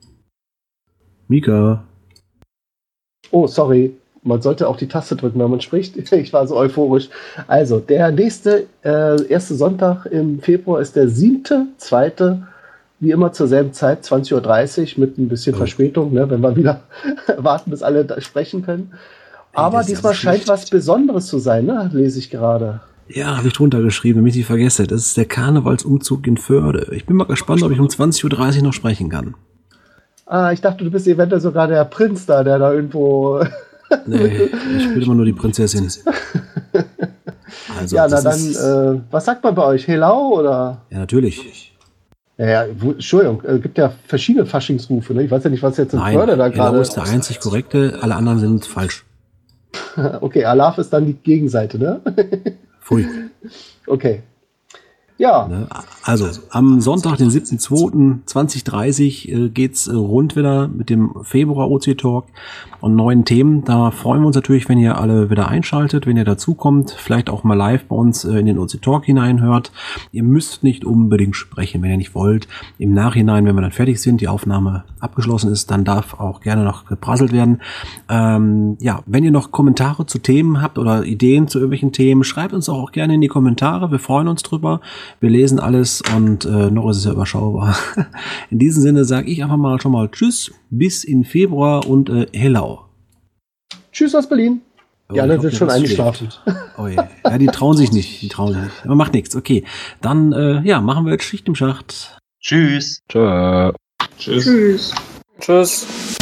Mika? Oh, sorry. Man sollte auch die Taste drücken, wenn man spricht. Ich war so euphorisch. Also, der nächste, äh, erste Sonntag im Februar ist der siebte, zweite, wie immer zur selben Zeit, zwanzig Uhr dreißig, mit ein bisschen oh. Verspätung, ne, wenn wir wieder warten, bis alle da sprechen können. Aber hey, diesmal scheint was Besonderes zu sein, ne? Lese ich gerade. Ja, habe ich drunter geschrieben, damit ich nicht vergesse. Das ist der Karnevalsumzug in Förde. Ich bin mal gespannt, ob ich um zwanzig Uhr dreißig noch sprechen kann. Ah, ich dachte, du bist eventuell sogar der Prinz da, der da irgendwo... Nee, ich spiele immer nur die Prinzessin. Also, ja, na dann, äh, was sagt man bei euch? Helau oder? Ja, natürlich. Ja, ja, wo, Entschuldigung, es gibt ja verschiedene Faschingsrufe, ne? Ich weiß ja nicht, was jetzt in Förde da gerade... Helau ist der einzig korrekte, alle anderen sind falsch. Okay, Alaf ist dann die Gegenseite, ne? Pfui. Okay. Ja. Also, am Sonntag, den siebten zweiten zweitausenddreißig äh, geht's äh, rund wieder mit dem Februar-O C-Talk und neuen Themen. Da freuen wir uns natürlich, wenn ihr alle wieder einschaltet, wenn ihr dazukommt, vielleicht auch mal live bei uns äh, in den O C-Talk hineinhört. Ihr müsst nicht unbedingt sprechen, wenn ihr nicht wollt. Im Nachhinein, wenn wir dann fertig sind, die Aufnahme abgeschlossen ist, dann darf auch gerne noch geprasselt werden. Ähm, ja, wenn ihr noch Kommentare zu Themen habt oder Ideen zu irgendwelchen Themen, schreibt uns auch gerne in die Kommentare. Wir freuen uns drüber. Wir lesen alles und äh, noch ist es ja überschaubar. In diesem Sinne sage ich einfach mal schon mal Tschüss, bis in Februar und äh, Hello. Tschüss aus Berlin. Oh, die anderen sind schon eingeschlafen. Oh je. Ja, die trauen sich nicht. Die trauen sich nicht. Aber macht nichts. Okay, dann äh, ja, machen wir jetzt Schicht im Schacht. Tschüss. Tschö. Tschüss. Tschüss. Tschüss.